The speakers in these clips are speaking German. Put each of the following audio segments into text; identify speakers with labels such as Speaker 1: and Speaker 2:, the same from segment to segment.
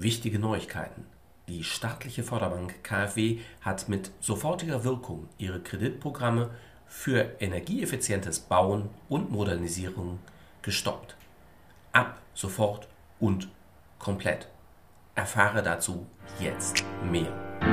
Speaker 1: Wichtige Neuigkeiten. Die staatliche Förderbank KfW hat mit sofortiger Wirkung ihre Kreditprogramme für energieeffizientes Bauen und Modernisierung gestoppt. Ab sofort und komplett. Erfahre dazu jetzt mehr.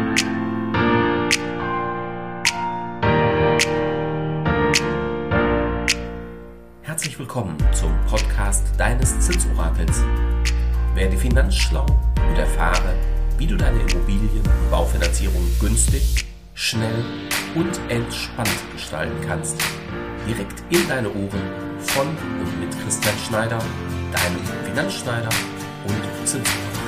Speaker 1: Herzlich willkommen zum Podcast deines Zinsorakels. Werde finanzschlau und erfahre, wie du deine Immobilien- und Baufinanzierung günstig, schnell und entspannt gestalten kannst. Direkt in deine Ohren von und mit Christian Schneider, deinem Finanzschneider und Zinsorakel.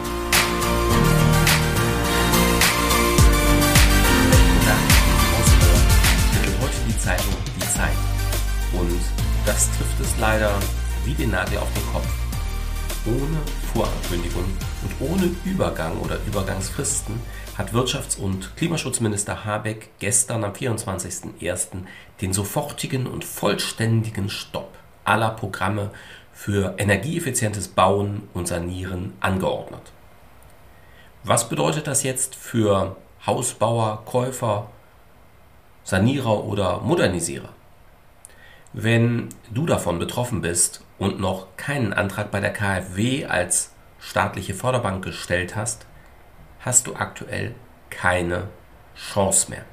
Speaker 1: Heute die Zeitung Die Zeit. Und das trifft es leider wie den Nagel auf den Kopf. Ohne Vorankündigung und ohne Übergang oder Übergangsfristen hat Wirtschafts- und Klimaschutzminister Habeck gestern am 24.01. den sofortigen und vollständigen Stopp aller Programme für energieeffizientes Bauen und Sanieren angeordnet. Was bedeutet das jetzt für Hausbauer, Käufer, Sanierer oder Modernisierer? Wenn du davon betroffen bist und noch keinen Antrag bei der KfW als staatliche Förderbank gestellt hast, hast du aktuell keine Chance mehr.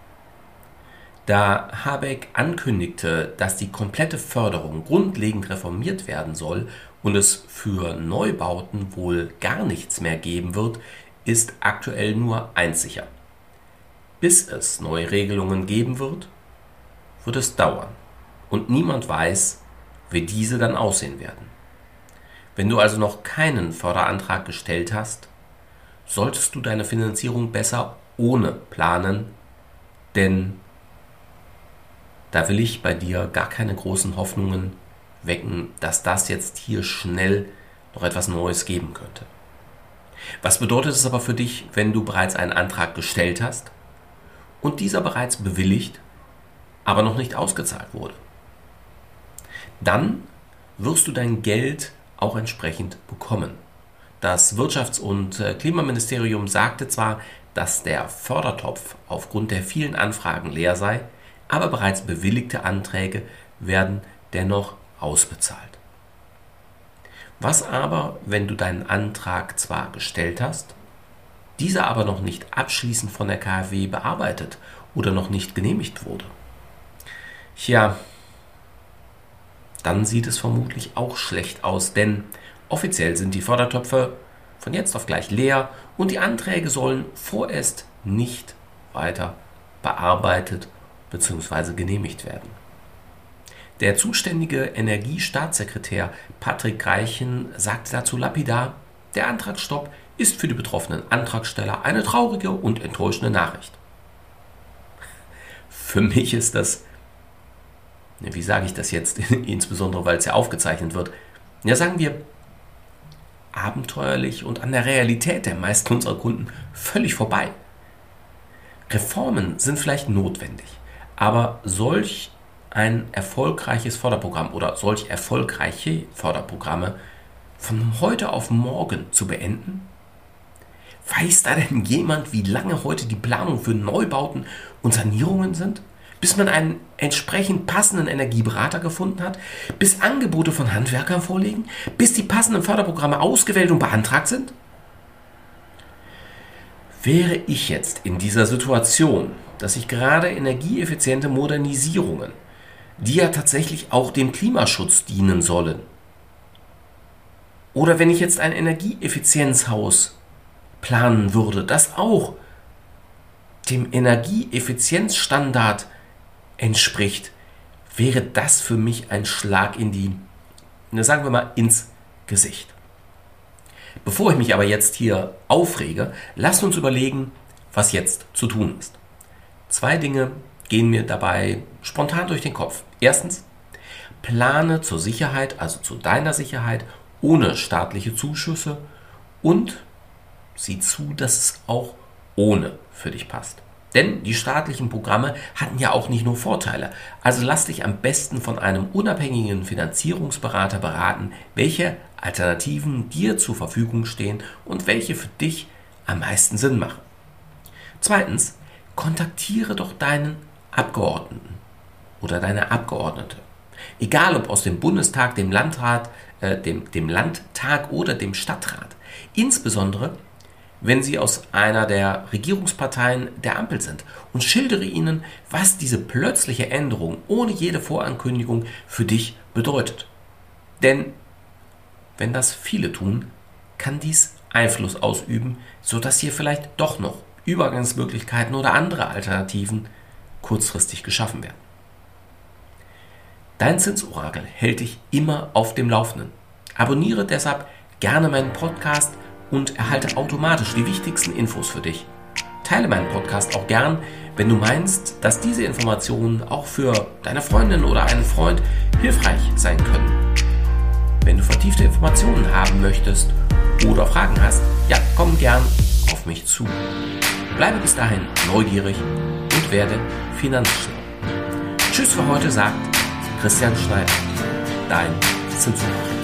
Speaker 1: Da Habeck ankündigte, dass die komplette Förderung grundlegend reformiert werden soll und es für Neubauten wohl gar nichts mehr geben wird, ist aktuell nur eins sicher. Bis es neue Regelungen geben wird es dauern. Und niemand weiß, wie diese dann aussehen werden. Wenn du also noch keinen Förderantrag gestellt hast, solltest du deine Finanzierung besser ohne planen, denn da will ich bei dir gar keine großen Hoffnungen wecken, dass das jetzt hier schnell noch etwas Neues geben könnte. Was bedeutet es aber für dich, wenn du bereits einen Antrag gestellt hast und dieser bereits bewilligt, aber noch nicht ausgezahlt wurde? Dann wirst du dein Geld auch entsprechend bekommen. Das Wirtschafts- und Klimaministerium sagte zwar, dass der Fördertopf aufgrund der vielen Anfragen leer sei, aber bereits bewilligte Anträge werden dennoch ausbezahlt. Was aber, wenn du deinen Antrag zwar gestellt hast, dieser aber noch nicht abschließend von der KfW bearbeitet oder noch nicht genehmigt wurde? Tja, dann sieht es vermutlich auch schlecht aus, denn offiziell sind die Fördertöpfe von jetzt auf gleich leer und die Anträge sollen vorerst nicht weiter bearbeitet bzw. genehmigt werden. Der zuständige Energiestaatssekretär Patrick Reichen sagte dazu lapidar: Der Antragsstopp ist für die betroffenen Antragsteller eine traurige und enttäuschende Nachricht. Für mich ist das, wie sage ich das jetzt, insbesondere weil es ja aufgezeichnet wird, ja, sagen wir, abenteuerlich und an der Realität der meisten unserer Kunden völlig vorbei. Reformen sind vielleicht notwendig, aber solch ein erfolgreiches Förderprogramm oder solch erfolgreiche Förderprogramme von heute auf morgen zu beenden? Weiß da denn jemand, wie lange heute die Planung für Neubauten und Sanierungen sind? Bis man einen entsprechend passenden Energieberater gefunden hat, bis Angebote von Handwerkern vorliegen, bis die passenden Förderprogramme ausgewählt und beantragt sind? Wäre ich jetzt in dieser Situation, dass ich gerade energieeffiziente Modernisierungen, die ja tatsächlich auch dem Klimaschutz dienen sollen, oder wenn ich jetzt ein Energieeffizienzhaus planen würde, das auch dem Energieeffizienzstandard entspricht, wäre das für mich ein Schlag in die, sagen wir mal, ins Gesicht. Bevor ich mich aber jetzt hier aufrege, lasst uns überlegen, was jetzt zu tun ist. 2 Dinge gehen mir dabei spontan durch den Kopf. Erstens, plane zur Sicherheit, also zu deiner Sicherheit, ohne staatliche Zuschüsse und sieh zu, dass es auch ohne für dich passt. Denn die staatlichen Programme hatten ja auch nicht nur Vorteile. Also lass dich am besten von einem unabhängigen Finanzierungsberater beraten, welche Alternativen dir zur Verfügung stehen und welche für dich am meisten Sinn machen. Zweitens, kontaktiere doch deinen Abgeordneten oder deine Abgeordnete. Egal ob aus dem Bundestag, dem Landtag oder dem Stadtrat. Insbesondere, wenn sie aus einer der Regierungsparteien der Ampel sind, und schildere ihnen, was diese plötzliche Änderung ohne jede Vorankündigung für dich bedeutet. Denn wenn das viele tun, kann dies Einfluss ausüben, sodass hier vielleicht doch noch Übergangsmöglichkeiten oder andere Alternativen kurzfristig geschaffen werden. Dein Zinsorakel hält dich immer auf dem Laufenden. Abonniere deshalb gerne meinen Podcast und erhalte automatisch die wichtigsten Infos für dich. Teile meinen Podcast auch gern, wenn du meinst, dass diese Informationen auch für deine Freundin oder einen Freund hilfreich sein können. Wenn du vertiefte Informationen haben möchtest oder Fragen hast, ja, komm gern auf mich zu. Bleibe bis dahin neugierig und werde finanzschlau. Tschüss für heute, sagt Christian Schneider, dein Zinsorakel.